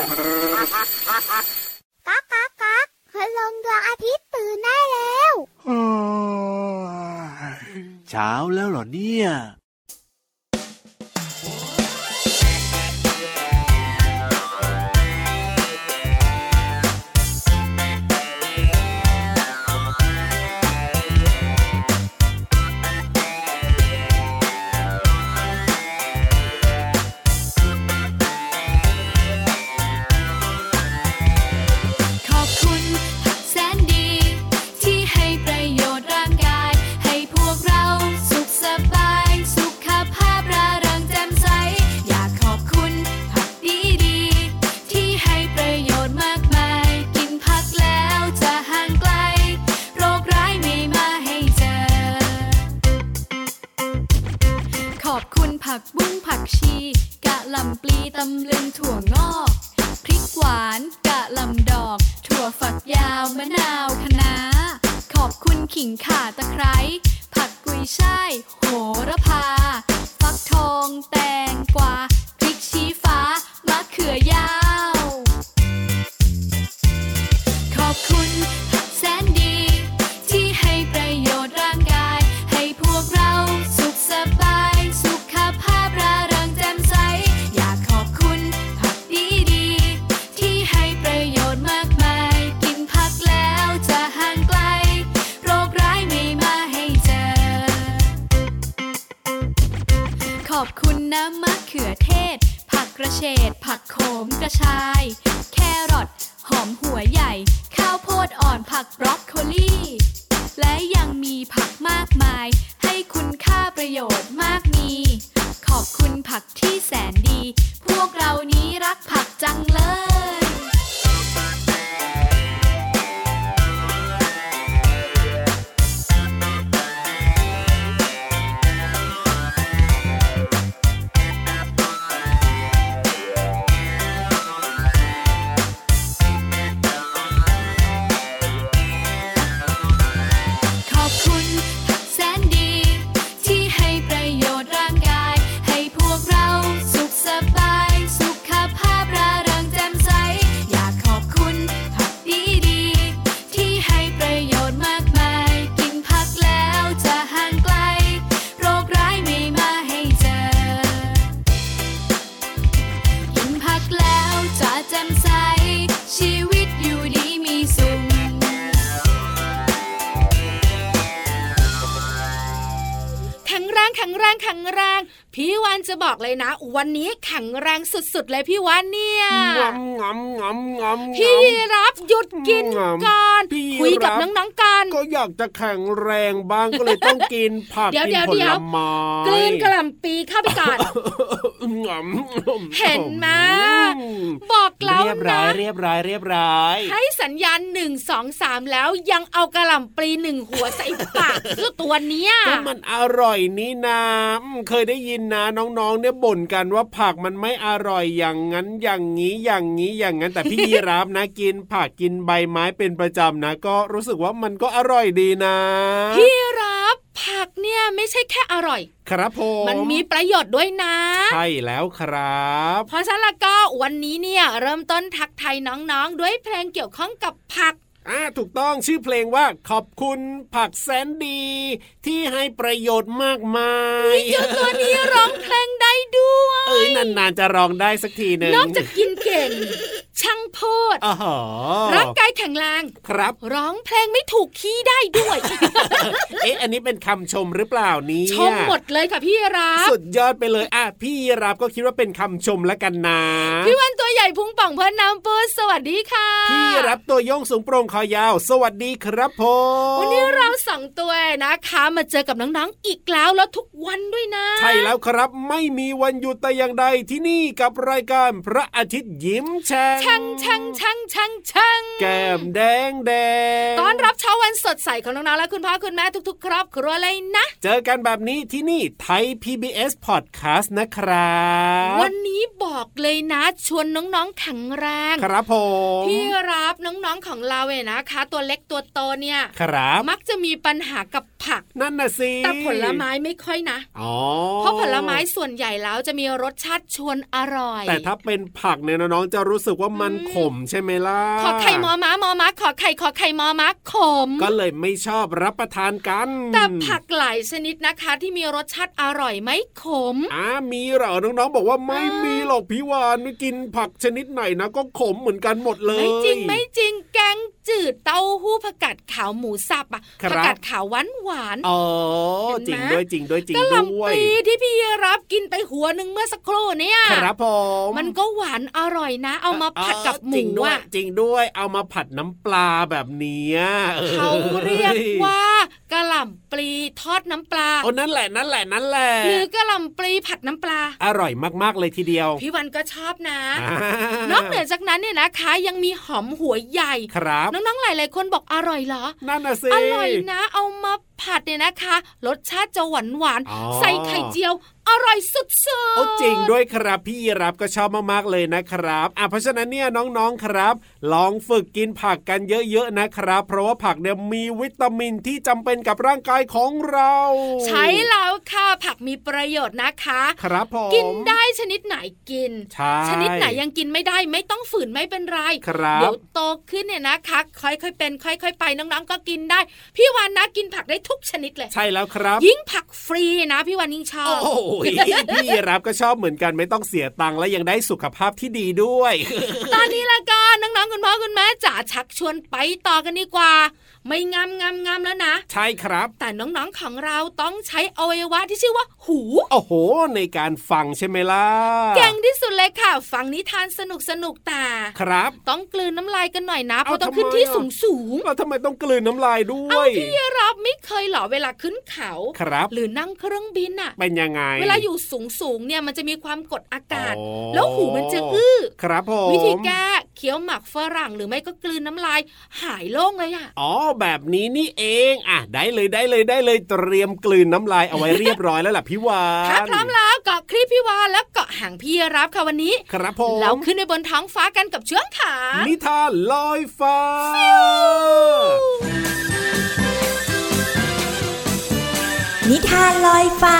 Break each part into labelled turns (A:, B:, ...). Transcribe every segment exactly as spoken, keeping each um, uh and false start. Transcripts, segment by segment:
A: ก๊ากก๊ากก๊ากพลังดวงอาทิตย์ตื่นได้แล้ว
B: เช้าแล้วเหรอเนี่ย
C: ผักบุ้งผักชีกะหล่ำปลีตำลึงถั่วงอกพริกหวานกะหล่ำดอกถั่วฝักยาวมะนาวคะน้าขอบคุณขิงข่าตะไคร้ผักกุยช่ายโหระพาฟักทองแตงกวาพริกชี้ฟ้ามะเขือยาวขอบคุณผักแสนดีที่ให้ประโยชน์ร่างกายให้พวกเราสุขสบายสุขภาพร่าเริงแจ่มใสอยากขอบคุณผักดีๆที่ให้ประโยชน์มากมายกินผักแล้วจะห่างไกลโรคร้ายไม่มาให้เจอขอบคุณน้ำมะเขือเทศผักกระเฉดผักโขมกระชายแครอทหอมหัวใหญ่ข้าวโพดอ่อนผักบรอกโคลีและยังมีผักมากมายให้คุณค่าประโยชน์มากมีขอบคุณผักที่แสนดีพวกเรานี้รักผักจังเลยแข็งแรงพี่วันจะบอกเลยนะวันนี้แข็งแรงสุดๆเลยพี่วันเนี่ย
D: งำงำงำงำ
C: พี่รับหยุดกินก่อนคุยกับน้องๆกัน
D: ก็อยากจะแข็งแรงบ้างก็เลยต้องกินผักกินผลไม้
C: กลืนกระหล่ำปีเข้าไปก่อนเห็นไหมบอกแล้วนะ
D: เรียบร้อยเรียบร้อยเรียบร้อย
C: ให้สัญญาณหนึ่งสองสามแล้วยังเอากระหล่ำปลีหนึ่งหัวใส่ปากคือตัวเนี้ย
D: ก็มันอร่อยนี่นะเคยได้ยินนะน้องๆเนี่ยบ่นกันว่าผักมันไม่อร่อยอย่างนั้นอย่างนี้อย่างนี้อย่างนั้นแต่พี่ยีราฟนะกินผักกินใบไม้เป็นประจำนะก็รู้สึกว่ามันก็อร่อยดีนะ
C: พี่ยีราฟผักเนี่ยไม่ใช่แค่อร่อย
D: ครับผม
C: มันมีประโยชน์ด้วยนะ
D: ใช่แล้วครับ
C: เพราะฉะนั้นก็วันนี้เนี่ยเริ่มต้นทักทายน้องๆด้วยเพลงเกี่ยวข้องกับผัก
D: อ่าถูกต้องชื่อเพลงว่าขอบคุณผักแสนดีที่ให้ประโยชน์มากมาย
C: เจ้าตัวนี้ร้องเพลงได้ด้วย
D: เอ้ยนานๆจะร้องได้สักทีนึง
C: นอกจากกินเก่งช่างพูด
D: อ๋อ
C: ร่างกายแข็งแรง
D: ครับ
C: ร้องเพลงไม่ถูกคีย์ได้ด้วย
D: เอ๊ะอันนี้เป็นคำชมหรือเปล่านี่
C: ชมหมดเลยค่ะพี่รับ
D: สุดยอดไปเลยอ่ะพี่รับก็คิดว่าเป็นคำชมแล้วกันนะ
C: พี่วันตัวใหญ่พุงป่องเพื่อนน้ำปูสวัสดีค่ะ
D: พี่รับตัวโยงสูงโปร่งคอยาวสวัสดีครับผม
C: วันนี้เราสองตัวนะคะมาเจอกับน้องๆอีกแล้วแล้วทุกวันด้วยนะ
D: ใช่แล้วครับไม่มีวันหยุดแต่อย่างใดที่นี่กับรายการพระอาทิตย์ยิ้มแฉ่ง
C: แฉ่งแฉช่างช่างช่างช่าง
D: แก้มแดงแดง
C: ต้อนรับเช้าวันสดใสของน้องๆและคุณพ่อคุณแม่ทุกๆครอบครัวเลยนะ
D: เจอกันแบบนี้ที่นี่ไทย พี บี เอส Podcast นะครับ
C: วันนี้บอกเลยนะชวนน้องๆแข็งแรง
D: ครับผม
C: พี่รับน้องๆของเราเองนะคะตัวเล็กตัวโตเนี่ย
D: ครับ
C: มักจะมีปัญหากับผัก
D: นั่นน่ะสิ
C: แต่ผลไม้ไม่ค่อยนะ
D: อ๋อ
C: เพราะผลไม้ส่วนใหญ่แล้วจะมีรสชาติชวนอร่อย
D: แต่ถ้าเป็นผักเนี่ยน้องๆจะรู้สึกว่ามันขมใช่ไหมล่ะ
C: ขอไข่มอม้ามอม้าขอไข่ขอไข่มอม้าขม
D: ก็เลยไม่ชอบรับประทานกัน
C: แต่ผักหลายชนิดนะคะที่มีรสชาติอร่อยไม่ขม
D: อ่ามีเหรอน้องๆบอกว่าไม่มีหรอกพี่วานไม่กินผักชนิดไหนนะก็ขมเหมือนกันหมดเลย
C: ไม่จริงไม่จริงแกงจืดเต้าหู้ผักกาดขาวหมูสับอ่ะผักกาดขาวหวานหวาน
D: อ๋อจริงด้วยจริงด้วยจริงด้วย
C: กะหล่ำปลีที่พี่รับกินไปหัวนึงเมื่อสักครู่เนี่ย
D: ครับผม
C: มันก็หวานอร่อยนะเอามาผัดกับหมูอ่ะ
D: จริงด้วยเอามาผัดน้ำปลาแบบนี้
C: เขาเรียกว่ากะหล่ำปลีทอดน้ำปลา
D: โอ้นั่นแหละนั่นแหละนั่นแหละ
C: หรือกะหล่ำปลีผัดน้ำปลา
D: อร่อยมากๆเลยทีเดียว
C: พี่วันก็ชอบนะนอกเหนือจากนั้นเนี่ยนะคะยังมีหอมหัวใหญ่
D: ครับ
C: น้องๆหลายๆคนบอกอร่อยเหรอ
D: นั่นน่ะสิ
C: อร่อยนะเอามาผัดเนี่ยนะคะรสชาติจะหวานหวานใส่ไข่เจียวอร่อยสุดๆ
D: โอ้จริงด้วยครับพี่รับก็ชอบมากๆเลยนะครับอ่ะเพราะฉะนั้นเนี่ยน้องๆครับลองฝึกกินผักกันเยอะๆนะครับเพราะว่าผักเนี่ยมีวิตามินที่จำเป็นกับร่างกายของเรา
C: ใช่แล้วค่ะผักมีประโยชน์นะคะ
D: ครับผม
C: กินได้ชนิดไหนกิน
D: ช
C: นิดไหนยังกินไม่ได้ไม่ต้องฝืนไม่เป็นไรเดี๋ยวโตขึ้นเนี่ยนะคะค่อยๆเป็นค่อยๆไปน้องๆก็กินได้พี่วานนะกินผักได้ทุกชนิดเลย
D: ใช่แล้วครับ
C: ยิ่งผักฟรีนะพี่วานยิ่งชอบ
D: โอ้ยพี่รับก็ชอบเหมือนกันไม่ต้องเสียตังค์และยังได้สุขภาพที่ดีด้วย
C: ตอนนี้ละกันน้องๆคุณพ่อคุณแม่จ๋าชักชวนไปต่อกันดีกว่าไม่งามงามงามแล้วนะ
D: ใช่ครับ
C: แต่น้องๆของเราต้องใช้อวัยวะที่ชื่อว่าหู
D: โอ้โหในการฟังใช่ไหมล่ะ
C: เก่งที่สุดเลยค่ะฟังนิทานสนุกสนุกแต่
D: ครับ
C: ต้องกลืนน้ำลายกันหน่อยนะเพราะต้องขึ้นที่สูงสูง
D: แล้วทำไมต้องกลืนน้ำลายด้วยเอา
C: พี่รับไม่เคยหรอเวลาขึ้นเขา
D: ครับ
C: หรือนั่งเครื่องบินอะ
D: เป็นยังไง
C: เวลาอยู่สูงสูงเนี่ยมันจะมีความกดอากาศแล้วหูมันจะอื้อ
D: ครับผม
C: วิธีแก้เคี้ยวหมากฝรั่งหรือไม่ก็กลืนน้ำลายหายโล่งเลยอะ
D: อ๋อแบบนี้นี่เองอ่ะได้เลยได้เลยได้เลยเตรียมกลืนน้ำลายเอาไว้เรียบร้อยแล้วล่ะพี่วาน
C: ถ้าพร้อมแล้วเกาะคลิปพี่วานแล้วเกาะหางพี่รับค่ะวันนี้
D: ครับผม
C: แล้วขึ้นไปบนท้องฟ้ากันกับเชื้องขา
D: นิทานลอยฟ้า
E: นิทานลอยฟ้า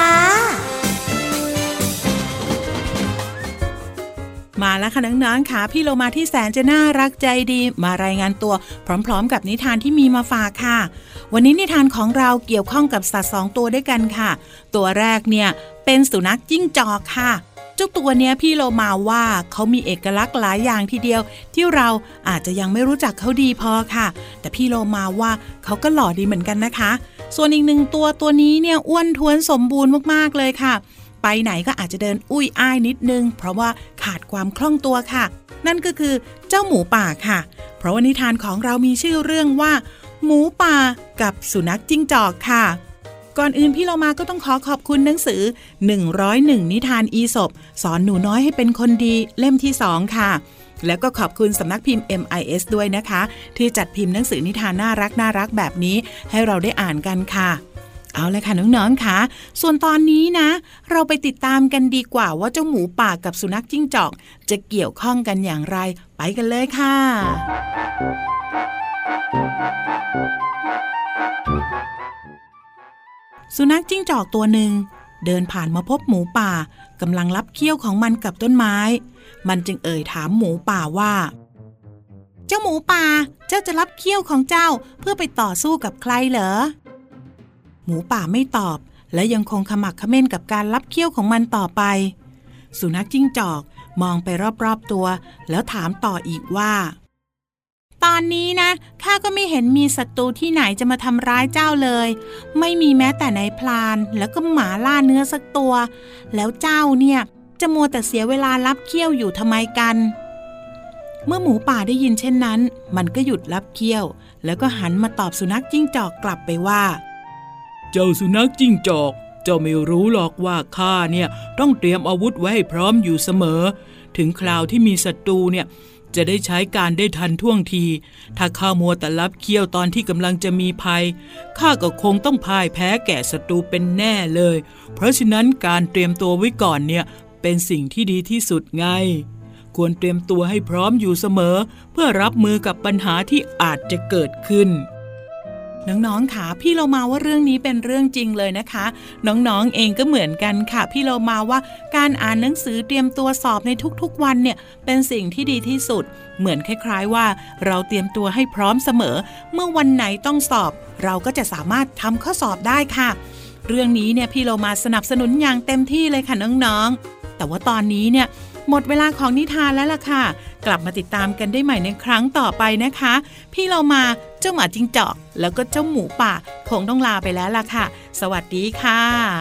E: มาแล้วค่ะน้องๆค่ะพี่โลมาที่แสนจะน่ารักใจดีมารายงานตัวพร้อมๆกับนิทานที่มีมาฝากค่ะวันนี้นิทานของเราเกี่ยวข้องกับสัตว์สองตัวด้วยกันค่ะตัวแรกเนี่ยเป็นสุนัขจิ้งจอกค่ะเจ้าตัวเนี้ยพี่โลมาว่าเขามีเอกลักษณ์หลายอย่างทีเดียวที่เราอาจจะยังไม่รู้จักเขาดีพอค่ะแต่พี่โลมาว่าเขาก็หล่อดีเหมือนกันนะคะส่วนอีกหนึ่งตัวตัวนี้เนี่ยอ้วนท้วนสมบูรณ์มากๆเลยค่ะไปไหนก็อาจจะเดินอุ้ยอ้ายนิดนึงเพราะว่าขาดความคล่องตัวค่ะนั่นก็คือเจ้าหมูป่าค่ะเพราะว่านิทานของเรามีชื่อเรื่องว่าหมูป่ากับสุนัขจิ้งจอกค่ะก่อนอื่นพี่เรามาก็ต้องขอขอบคุณหนังสือหนึ่งร้อยเอ็ดนิทานอีสปสอนหนูน้อยให้เป็นคนดีเล่มที่สองค่ะแล้วก็ขอบคุณสำนักพิมพ์ เอ็ม ไอ เอส ด้วยนะคะที่จัดพิมพ์หนังสือนิทานน่ารักน่ารักแบบนี้ให้เราได้อ่านกันค่ะเอาเลยค่ะน้องๆค่ะส่วนตอนนี้นะเราไปติดตามกันดีกว่าว่าเจ้าหมูป่ากับสุนัขจิ้งจอกจะเกี่ยวข้องกันอย่างไรไปกันเลยค่ะสุนัขจิ้งจอกตัวหนึ่งเดินผ่านมาพบหมูป่ากำลังลับเขี้ยวของมันกับต้นไม้มันจึงเอ่ยถามหมูป่าว่าเจ้าหมูป่าเจ้าจะลับเขี้ยวของเจ้าเพื่อไปต่อสู้กับใครเหรอหมูป่าไม่ตอบและยังคงขมักเขม้นกับการลับเขี้ยวของมันต่อไปสุนัขจิ้งจอกมองไปรอบๆตัวแล้วถามต่ออีกว่าตอนนี้นะข้าก็ไม่เห็นมีศัตรูที่ไหนจะมาทำร้ายเจ้าเลยไม่มีแม้แต่นายพรานแล้วก็หมาล่าเนื้อสักตัวแล้วเจ้าเนี่ยจะมัวแต่เสียเวลาลับเขี้ยวอยู่ทำไมกันเมื่อหมูป่าได้ยินเช่นนั้นมันก็หยุดลับเขี้ยวแล้วก็หันมาตอบสุนัขจิ้งจอกกลับไปว่าเจ้าสุนัขจิ้งจอกเจ้าไม่รู้หรอกว่าข้าเนี่ยต้องเตรียมอาวุธไว้ให้พร้อมอยู่เสมอถึงคราวที่มีศัตรูเนี่ยจะได้ใช้การได้ทันท่วงทีถ้าข้ามัวแต่ลับเคี้ยวตอนที่กำลังจะมีภัยข้าก็คงต้องพ่ายแพ้แก่ศัตรูเป็นแน่เลยเพราะฉะนั้นการเตรียมตัวไว้ก่อนเนี่ยเป็นสิ่งที่ดีที่สุดไงควรเตรียมตัวให้พร้อมอยู่เสมอเพื่อรับมือกับปัญหาที่อาจจะเกิดขึ้นน้องๆค่ะพี่เรามาว่าเรื่องนี้เป็นเรื่องจริงเลยนะคะน้องๆเองก็เหมือนกันค่ะพี่เรามาว่าการอ่านหนังสือเตรียมตัวสอบในทุกๆวันเนี่ยเป็นสิ่งที่ดีที่สุดเหมือนคล้ายๆว่าเราเตรียมตัวให้พร้อมเสมอเมื่อวันไหนต้องสอบเราก็จะสามารถทำข้อสอบได้ค่ะเรื่องนี้เนี่ยพี่เรามาสนับสนุนอย่างเต็มที่เลยค่ะน้องๆแต่ว่าตอนนี้เนี่ยหมดเวลาของนิทานแล้วล่ะค่ะกลับมาติดตามกันได้ใหม่ในครั้งต่อไปนะคะพี่เรามาเจ้าหมาจิ้งจอกแล้วก็เจ้าหมูป่าคงต้องลาไปแล้วล่ะค่ะสวัสดีค่ะ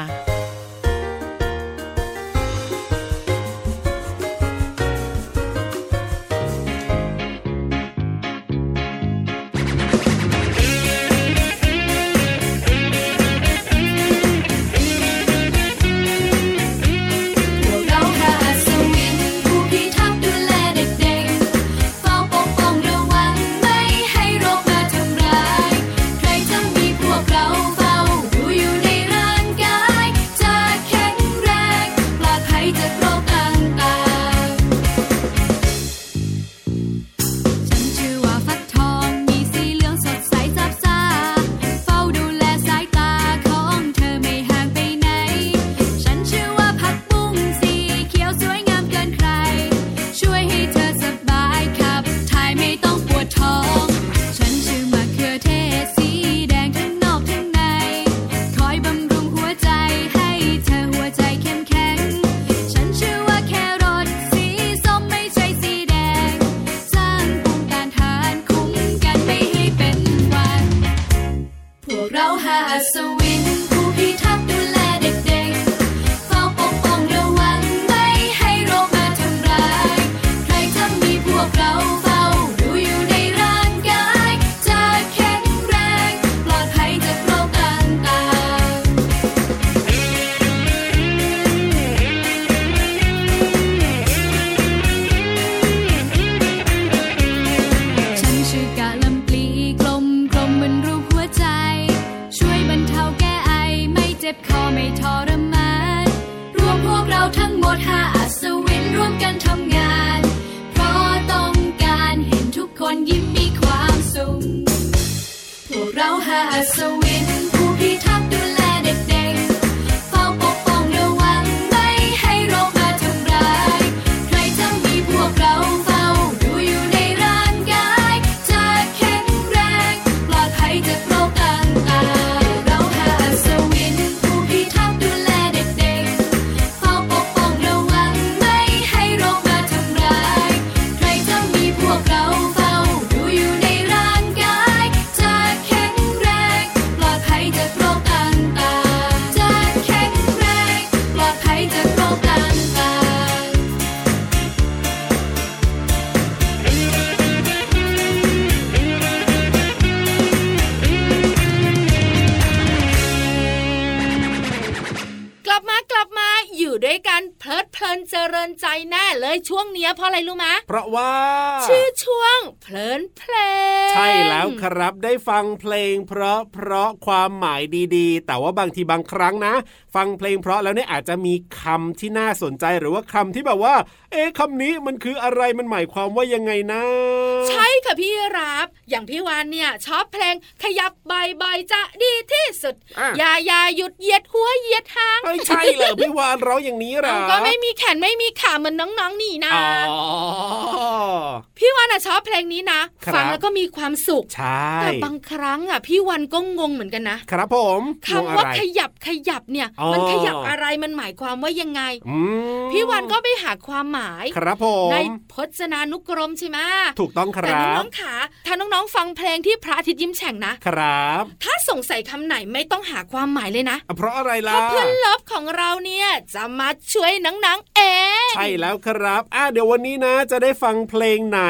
F: เจริญใจแน่เลยช่วงเนี้ยเพราะอะไรรู้มะ
D: เพราะว่า
F: ชื่อช่วงเพลินเพลง
D: ใช่แล้วครับได้ฟังเพลงเพราะเพราะความหมายดีๆแต่ว่าบางทีบางครั้งนะฟังเพลงเพราะแล้วเนี่ยอาจจะมีคำที่น่าสนใจหรือว่าคำที่แบบว่าเอ๊ะคำนี้มันคืออะไรมันหมายความว่ายังไงนะ
F: ใช่ค่ะพี่รับอย่างพี่วานเนี่ยชอบเพลงขยับบ่อยๆจะดีที่สุดอย่าอย่าหยุดเหยียดหัวเหยียดหาง
D: ไม่ใช่เหรอพี่วานร้องอย่างนี้หรอ
F: ก็ไม่มีแขนไม่มีขาเหมือนน้องๆนี่นะพี่วานอ่ะชอบเพลงนี้นะฟังแล้วก็มีความสุขแต่บางครั้งอ่ะพี่วานก็งงเหมือนกันนะครับ
D: ผม
F: คำว่าขยับขยับเนี่ยมันขยับอะไรมันหมายความว่ายังไงพี่วานก็ไปหาความหมาย
D: ครับผม
F: ในพจนานุกรมใช่ไหม
D: ถูกต้องครับแต่
F: น้องๆขาถ้าน้องๆฟังเพลงที่พระอาทิตย์ยิ้มแฉ่งนะครับถ้าสงสัยคำไหนไม่ต้องหาความหมายเลยนะ
D: เพราะอะไรล่ะ
F: เพราะเพื่อนเลิฟของเราเนี่ยจะมาช่วยน้องๆเอง
D: ใช่แล้วครับอ่ะเดี๋ยววันนี้นะจะได้ฟังเพลงไหน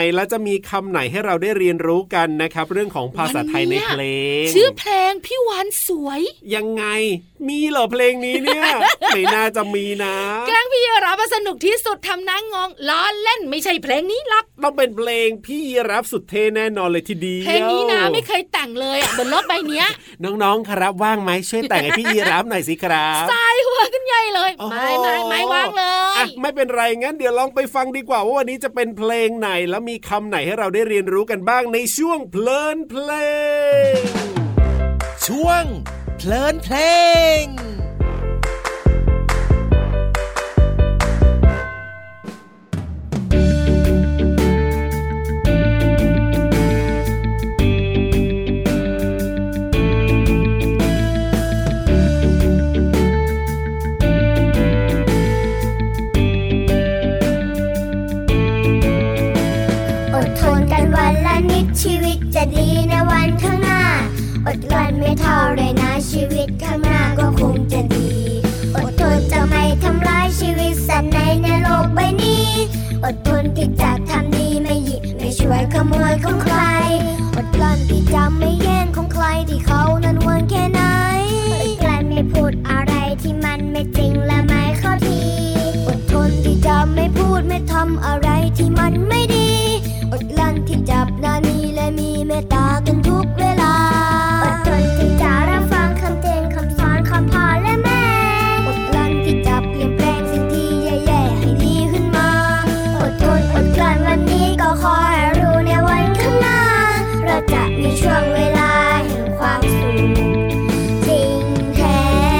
D: แล้วจะมีคำไหนให้เราได้เรียนรู้กันนะครับเรื่องของภาษาไทยในเพลง
F: ชื่อเพลงพี่วานสวย
D: ยังไงมีเหรอเพลงนี้เนี่ยไม่น่าจะมีนะ
F: แกล้งพี่รับสนุกที่สุดทำหน้างงล้อเล่นไม่ใช่เพลงนี้หรอก
D: ต้องเป็นเพลงพี่รับสุดเท่แน่นอนเลยทีเดียว
F: เพลงนี้นะไม่เคยแต่งเลยอ่ะบนโลกใบนี้
D: น้องๆครับว่างไหมช่วยแต่งให้พี่รับหน่อยสิครับ
F: สายหัวกันใหญ่เลยไม่ไม่ไม่ว่างเลย
D: อ่ะไม่เป็นไรงั้นเดี๋ยวลองไปฟังดีกว่าว่าวันนี้จะเป็นเพลงไหนแล้วมีคำไหนให้เราได้เรียนรู้กันบ้างในช่วงเพลินเพลง
G: ช่วงเพลินเพลง
A: ชีวิตจะดีในวันข้างหน้าอดกลั้นไม่เท่าไรนะชีวิตข้างหน้าก็คงจะดีอดทนจะไม่ทำร้ายชีวิตสัตว์ในในโลกใบนี้อดทนที่จะทำดีไม่หยิบไม่ช่วยขโมยของใครอดกลั้นที่จะไม่แย่งของใครที่เขานั้นหวงแค่ไหนอดกลั้นไม่พูดอะไรที่มันไม่จริงและไม่เข้าทีอดทนที่จะไม่พูดไม่ทำอะไรที่มันไม่ดีอดกลั้นที่จับนานีและมีเมตตากันทุกเวลาอดทนที่จะรับฟังคำเตือนคำสอนคำพ่อและแม่อดกลั้นที่จะเปลี่ยนแปลงสิ่งที่แย่ๆให้ดีขึ้นมาอดทนอดกลั้นวันนี้ก็ขอให้รู้ในวันข้างหน้าเราจะมีช่วงเวลาแห่งความสุขจริงแท้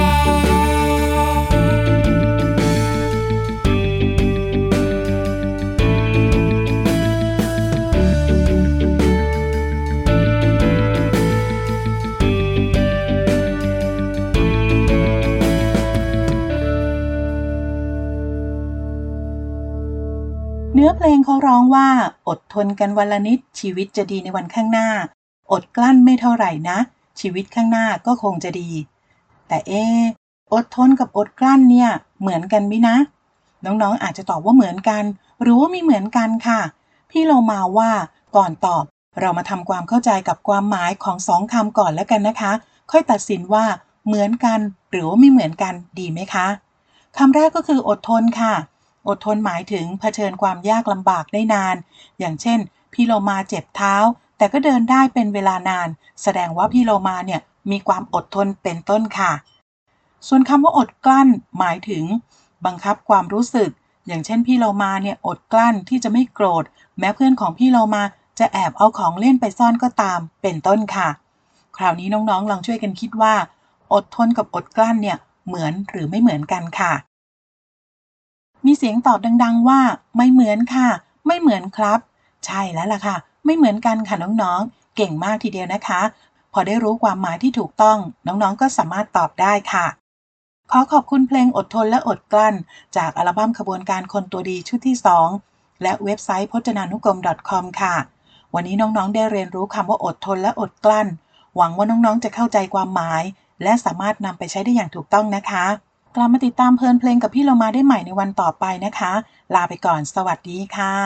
E: เนื้อเพลงเขาร้องว่าอดทนกันวันละนิดชีวิตจะดีในวันข้างหน้าอดกลั้นไม่เท่าไหร่นะชีวิตข้างหน้าก็คงจะดีแต่เออดทนกับอดกลั้นเนี่ยเหมือนกันมั้ยนะน้องๆ อ, อาจจะตอบว่าเหมือนกันหรือว่าไม่เหมือนกันค่ะพี่เรามาว่าก่อนตอบเรามาทำความเข้าใจกับความหมายของสองคำก่อนแล้วกันนะคะค่อยตัดสินว่าเหมือนกันหรือว่าไม่เหมือนกันดีไหมคะคำแรกก็คืออดทนค่ะอดทนหมายถึงเผชิญความยากลำบากได้นานอย่างเช่นพี่โลมาเจ็บเท้าแต่ก็เดินได้เป็นเวลานานแสดงว่าพี่โลมาเนี่ยมีความอดทนเป็นต้นค่ะส่วนคำว่าอดกลั้นหมายถึงบังคับความรู้สึกอย่างเช่นพี่โลมาเนี่ยอดกลั้นที่จะไม่โกรธแม้เพื่อนของพี่โลมาจะแอบเอาของเล่นไปซ่อนก็ตามเป็นต้นค่ะคราวนี้น้องๆลองช่วยกันคิดว่าอดทนกับอดกลั้นเนี่ยเหมือนหรือไม่เหมือนกันค่ะมีเสียงตอบดังๆว่าไม่เหมือนค่ะไม่เหมือนครับใช่แล้วล่ะค่ะไม่เหมือนกันค่ะน้องๆเก่งมากทีเดียวนะคะพอได้รู้ความหมายที่ถูกต้องน้องๆก็สามารถตอบได้ค่ะขอขอบคุณเพลงอดทนและอดกลั้นจากอัลบั้มขบวนการคนตัวดีชุดที่สองและเว็บไซต์พจนานุกรม .com ค่ะวันนี้น้องๆได้เรียนรู้คำว่าอดทนและอดกลั้นหวังว่าน้องๆจะเข้าใจความหมายและสามารถนำไปใช้ได้อย่างถูกต้องนะคะกลับมาติดตามเพลินเพลงกับพี่เรามาได้ใหม่ในวันต่อไปนะคะลาไปก่อนสวัสดีค่ะ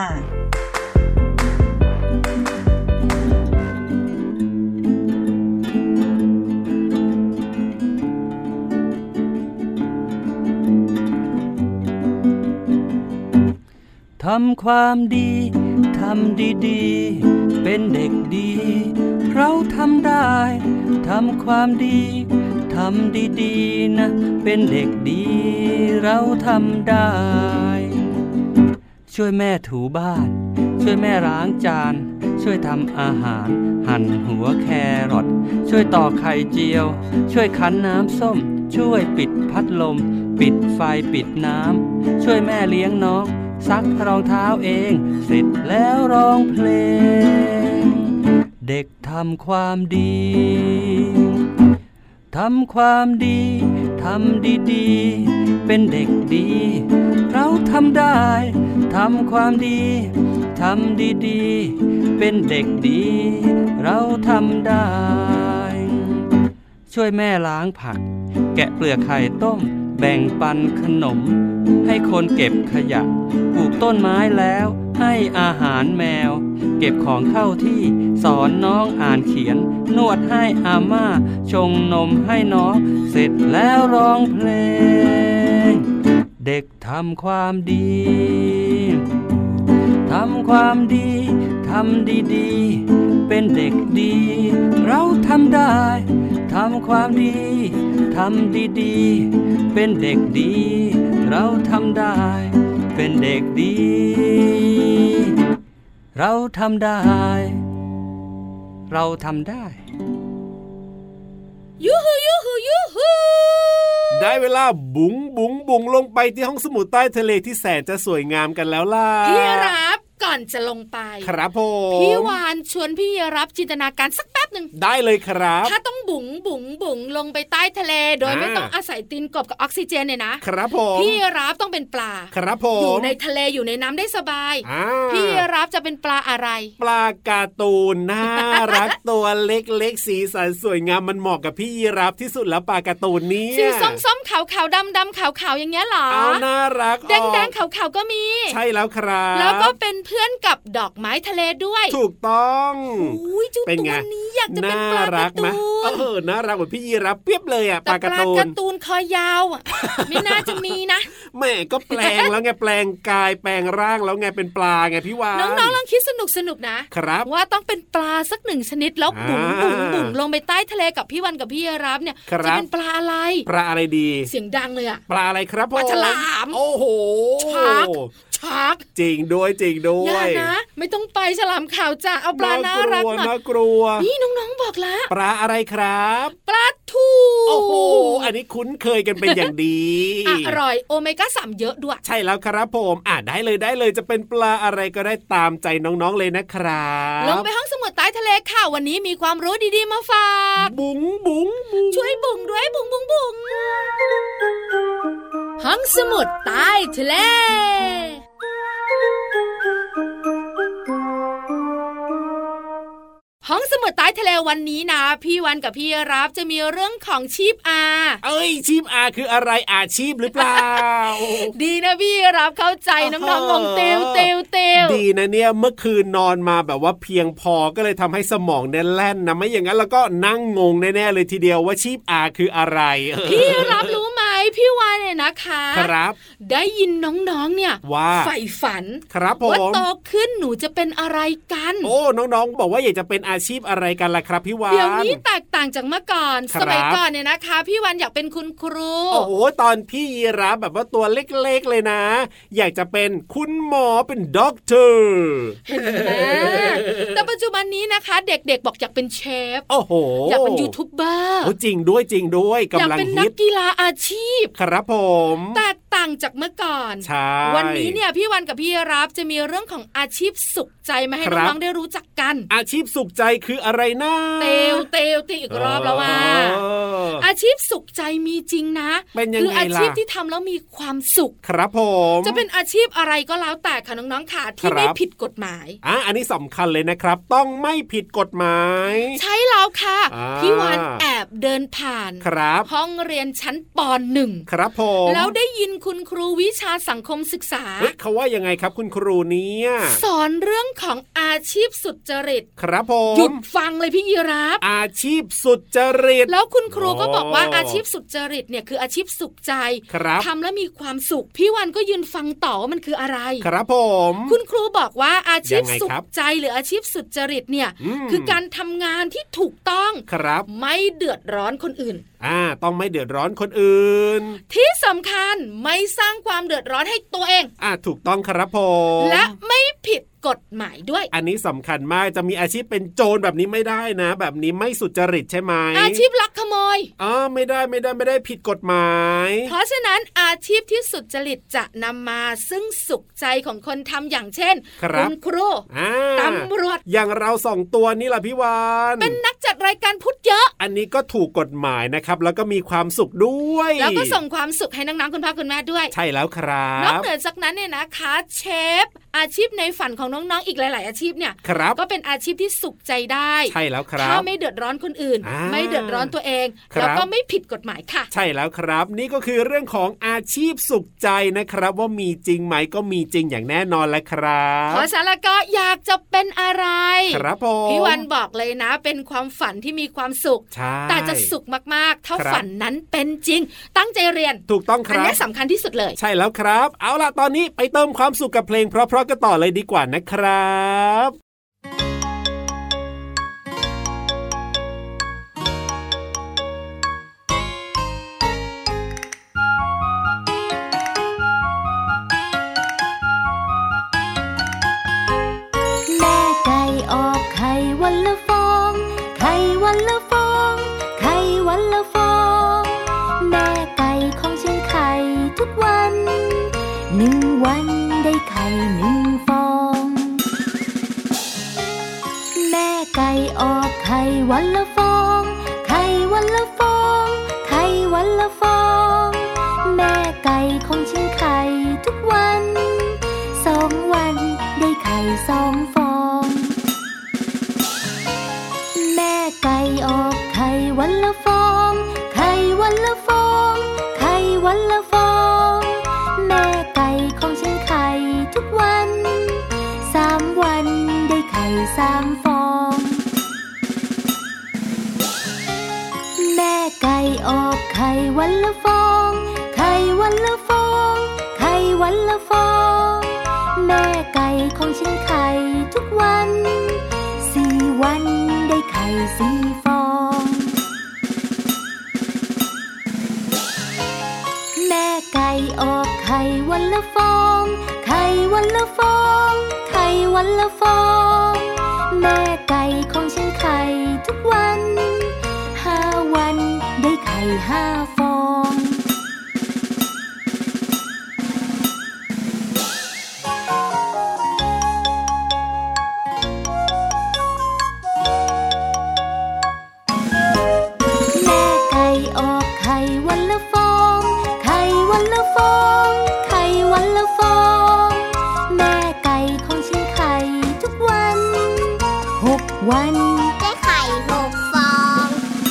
H: ทำความดีทำดีๆเป็นเด็กดีเราทำได้ทำความดีทำดีๆนะเป็นเด็กดีเราทำได้ช่วยแม่ถูบ้านช่วยแม่ล้างจานช่วยทำอาหารหั่นหัวแครอทช่วยตอกไข่เจียวช่วยคั้นน้ำส้มช่วยปิดพัดลมปิดไฟปิดน้ำช่วยแม่เลี้ยงน้องซักรองเท้าเองเสร็จแล้วร้องเพลงเด็กทำความดีทำความดีทำดีๆเป็นเด็กดีเราทำได้ทำความดีทำดีๆเป็นเด็กดีเราทำได้ช่วยแม่ล้างผักแกะเปลือกไข่ต้มแบ่งปันขนมให้คนเก็บขยะปลูกต้นไม้แล้วให้อาหารแมวเก็บของเข้าที่สอนน้องอ่านเขียนนวดให้อาม่าชงนมให้น้องเสร็จแล้วร้องเพลงเด็กทำความดีทำความดีทำดีๆเป็นเด็กดีเราทำได้ทำความดีทำดีๆเป็นเด็กดีเราทำได้เป็นเด็กดีเราทำได้เราทำได้
F: ยูฮูยูฮูยูฮู
D: ได้เวลาบุ๋งบุ๋งบุ๋งลงไปที่ห้องสมุดใต้ทะเลที่แสนจะสวยงามกันแล้วล่ะ
F: พี่รับก่อนจะลงไป
D: ครับผม
F: พี่วานชวนพี่รับจินตนาการสักแป๊บหนึ่ง
D: ได้เลยครับ
F: ถ้าต้องบุ๋งบุ๋งบุ๋งลงไปใต้ทะเลโดยไม่ต้องอาศัยตีนกบกับออกซิเจนเนี่ยนะครับ
D: ผม
F: พี่รับต้องเป็นปลา
D: ครับผม
F: อยู่ในทะเลอยู่ในน้ำได้สบายพี่รับจะเป็นปลาอะไร
D: ปลาการ์ตูนน่ารักตัวเล็กๆสีสันสวยงามมันเหมาะกับพี่รับที่สุดแล้วปลาการ์ตูนนี้
F: สีส้มๆขาวๆดำๆขาวๆอย่างเงี้ยหรอ
D: เอาน่ารัก
F: แดงๆขาวๆก็มี
D: ใช่แล้วครับ
F: แล้วก็เป็นเพื่อนกับดอกไม้ทะเลด้วย
D: ถูกต้อง
F: อุ้ยจุ๊ตัวนี้อยากจะเป็นปลาการ์ตูน
D: เออน่ารักเหมือนพี่ยีรับเปียบเลยอ่ะปลาการ์ตูน
F: ปลาการ์ตูนคอยาวอ่ะไม่น่าจะมีนะ
D: แม่ก็แปลงแล้วไงแปลงกายแปลงร่างแล้วไงเป็นปลาไงพี่วาน
F: น้องๆลองคิดสนุกสนุกนะครับว่าต้องเป็นปลาสักหนึ่งชนิดแล้วบุ๋งบุ๋งบุ๋งลงไปใต้ทะเลกับพี่วันกับพี่รับเนี่ยจะเป็นปลาอะไร
D: ปลาอะไรดี
F: เสียงดังเลยอ่ะ
D: ปลาอะไรครับ
F: ปลาฉลาม
D: โอ้โห
F: ชักชัก
D: จริงด้วยจริงด้วย
F: อย่านะไม่ต้องไปฉลามขาวจ้ะเอาปลาน่ารักหน่อย
D: น่ากลัว
F: นี่น้องๆบอกแล้ว
D: ปลาอะไรครับ
F: ปลาทู
D: โอ้โหอันนี้คุ้นเคยกันเป็นอย่างดี
F: อร่อยโอเมก้าสามเยอะด้วย
D: ใช่แล้วครับผมอ่ะได้เลยได้เลยจะเป็นปลาอะไรก็ได้ตามใจน้องๆเลยนะครับ
F: ลงไปห้องสมุดใต้ทะเลค่ะวันนี้มีความรู้ดีๆมาฝาก
D: บุ๋งบุ๋งบุ๋ง
F: ช่วยบุ๋งด้วยบุ๋งบุ๋งบุ๋งห้องสมุดใต้ทะเลห้องสมุดใต้ทะเลวันนี้นะพี่วันกับพี่รับจะมีเรื่องของชีพอา
D: เอ้ยชีพอาคืออะไรอาชีพหรือเปล่า
F: ดีนะพี่รับเข้าใจน้องๆงงเตียวเตียวเตียว
D: ดีนะเนี่ยเมื่อคืนนอนมาแบบว่าเพียงพอก็เลยทำให้สมองเนี่ยแล่นนะไม่อย่างนั้นแล้วก็นั่งงงแน่ๆเลยทีเดียวว่าชีพอาคืออะไร
F: พี่รับรู้ไหมพี่วานเนี่ยนะคะ
D: ครับ
F: ได้ยินน้องๆเนี่ย
D: ว่า
F: ใฝ่ฝัน
D: ครับผม
F: ว่าโตขึ้นหนูจะเป็นอะไรกัน
D: โอ้น้องๆบอกว่าอยากจะเป็นอาชีพอะไรกันล่ะครับพี่วาน
F: เดี๋ยวนี้แตกต่างจากเมื่อก่อนสมัยก่อนเนี่ยนะคะพี่วานอยากเป็นคุณครู
D: โอ้โหตอนพี่ยีราฟแบบว่าตัวเล็กๆเลยนะอยากจะเป็นคุณหมอเป็นด็อกเตอร์
F: เห็นไหมแต่ปัจจุบันนี้นะคะเด็กๆบอกอยากเป็นเชฟ
D: โอ้โห
F: อยากเป็นยูทูบเบอร์
D: โอ้จริงด้วยจริงด้วยกำลังฮิตอยาก
F: เป็นนักกีฬาอาชีพ
D: ครับผม
F: แตกต่างจากเมื่อก่อน
D: ใช่
F: วันนี้เนี่ยพี่วันกับพี่รับจะมีเรื่องของอาชีพสุขใจมาให้น้องๆได้รู้จักกัน
D: อาชีพสุขใจคืออะไรนะ
F: เตวเตวตีอีกรอบแล้วว่าอาชีพสุขใจมีจริงนะ
D: คือ
F: อาชีพที่ทำแล้วมีความสุข
D: ครับผม
F: จะเป็นอาชีพอะไรก็แล้วแต่ค่ะน้องๆค่ะที่ไม่ผิดกฎหมาย
D: อ่ะอันนี้สำคัญเลยนะครับต้องไม่ผิดกฎหมาย
F: ใช่แล้วค่ะพี่วันแอบเดินผ่าน
D: ครับ
F: ห้องเรียนชั้นป หนึ่ง
D: ครับผม
F: แล้วได้ยินคุณครูวิชาสังคมศึกษา
D: เฮ้ยเขาว่ายังไงครับคุณครูเนี่ย
F: สอนเรื่องของอาชีพสุจริต
D: ครับผม
F: หยุดฟังเลยพี่ยีราฟ
D: อาชีพสุจริต
F: แล้วคุณครูก็บอกว่าอาชีพสุจริตเนี่ยคืออาชีพสุขใจทำแล้วมีความสุขพี่วันก็ยืนฟังต่อว่ามันคืออะไร
D: ครับผม
F: คุณครูบอกว่าอาชีพสุขใจหรืออาชีพสุจริตเนี่ยคือการทำงานที่ถูกต้อง
D: ครับ
F: ไม่เดือดร้อนคนอื่น
D: อ่าต้องไม่เดือดร้อนคนอื่น
F: ที่สำคัญไม่สร้างความเดือดร้อนให้ตัวเอง
D: อ่าถูกต้องครับผม
F: และไม่ผิดกฎหมายด้วย
D: อันนี้สำคัญมากจะมีอาชีพเป็นโจรแบบนี้ไม่ได้นะแบบนี้ไม่สุจริตใช่ไหม
F: อาชีพลักขโมย
D: อ๋อไม่ได้ไม่ได้ไม่ได้ผิดกฎหมาย
F: เพราะฉะนั้นอาชีพที่สุจริตจะนำมาซึ่งสุขใจของคนทำอย่างเช่นคุณครูตำรวจ
D: อย่างเราสองตัวนี่แหละพี่วาน
F: เป็นนักจัดรายการพูดเยอะ
D: อันนี้ก็ถูกกฎหมายนะครับแล้วก็มีความสุขด้วย
F: แล้วก็ส่งความสุขให้น้องๆคุณพ่อคุณแม่ด้วย
D: ใช่แล้วครับ
F: นอกเหนือจากนั้นเนี่ยนะคะเชฟอาชีพในฝันของน้องๆอีกหลายๆอาชีพเนี่ยก็เป็นอาชีพที่สุขใจได้
D: ใช่แล้วครับ
F: ถ้าไม่เดือดร้อนคนอื่นไม่เดือดร้อนตัวเองแล้วก็ไม่ผิดกฎหมายค่ะ
D: ใช่แล้วครับนี่ก็คือเรื่องของอาชีพสุขใจนะครับว่ามีจริงไหมก็มีจริงอย่างแน่นอนแหละครับ
F: ขอสาระก็อยากจะเป็นอะไร
D: ครับผม
F: พี่วันบอกเลยนะเป็นความฝันที่มีความสุขแต่จะสุขมากๆถ้าฝันนั้นเป็นจริงตั้งใจเรียน
D: ถูกต้องครับอัน
F: นี้สำคัญที่สุดเลย
D: ใช่แล้วครับเอาล่ะตอนนี้ไปเติมความสุขกับเพลงเพราะๆกันต่อเลยดีกว่านะครับ
A: แม่ไก่ออกไข่วันละฟองไข่วันละฟองไข่วันละฟองแม่ไก่ของฉันไข่ทุกวันหนึ่งวันได้ไข่หนึ่งฟองแม่ไก่ออกไข่วันละฟองไข่วันละฟองไข่วันละฟองแม่ไก่ของฉันไข่ทุกวันสองวันได้ไข่สองฟองแม่ไก่ออกไข่วันละฟองไข่วันละฟองไข่วันละฟองแม่ไก่ของฉันไข่ทุกวันสามวันได้ไข่สามฟองแม่ไก่ออกไข่วันละฟองไข่วันละฟองไข่วันละฟองแม่ไก่ของฉันไข่ทุกวันสี่วันได้ไข่สี่ฟองแม่ไก่ออกไข่วันละฟองไข่วันละฟองไข่วันละฟองแม่ไก่ของฉันไข่ทุกวันห้าวันได้ไข่ห้าฟองวันได้ไข่หกฟอง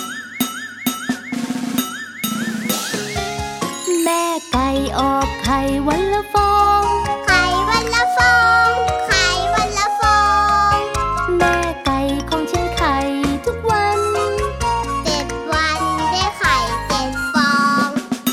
A: แม่ไก่ออกไข่วันละฟองไข่วันละฟองไข่วันละฟองแม่ไก่ของฉันไข่ทุกวันเจ็ดวันได้ไข่เจ็ดฟอง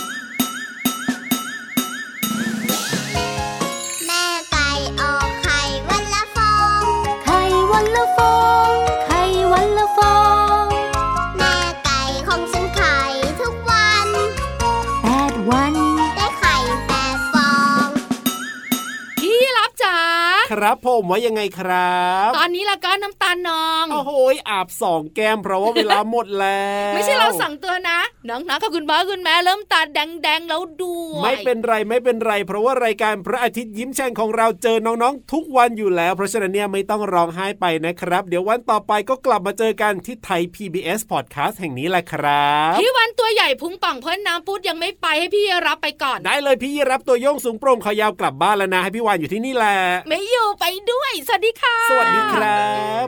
A: แม่ไก่ออกไข่วันละฟองไข่วันละฟองวันละฟองแม่ไก่ของฉันไข่ทุกวันแปดวันได้ไข่แปดฟอง
F: พี่รับจ๋า
D: ครับผมว่ายังไงครับ
F: ตอนนี้ละก็น้ำตาลนอง
D: โอ้โหอาบสองแก้มเพราะว่าเวลาหมดแล้ว
F: ไม่ใช่เราสั่งตัวนะน้องๆกับคุณพ่อคุณแม่เริ่มตาแดงๆแล้วด้วย
D: ไม่เป็นไรไม่เป็นไรเพราะว่ารายการพระอาทิตย์ยิ้มแฉ่งของเราเจอน้องๆทุกวันอยู่แล้วเพราะฉะนั้นเนี่ยไม่ต้องร้องไห้ไปนะครับเดี๋ยววันต่อไปก็กลับมาเจอกันที่ไทย พี บี เอส Podcast แห่งนี้แหละครับ
F: พี่วันตัวใหญ่พุงป่องเพิ่นน้ำปุดยังไม่ไปให้พี่รับไปก่อน
D: ได้เลยพี่รับตัวโยงสูงโปร่งคอยาวกลับบ้านแล้วนะให้พี่วันอยู่ที่นี่แหละ
F: ไม่อยู่ไปด้วยสวัสดีค่ะ
D: สวัสดีครับ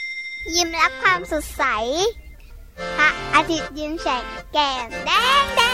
A: ยิ้มรับความสดใสพระอาทิตย์ยิ้มแฉกแก้มแดง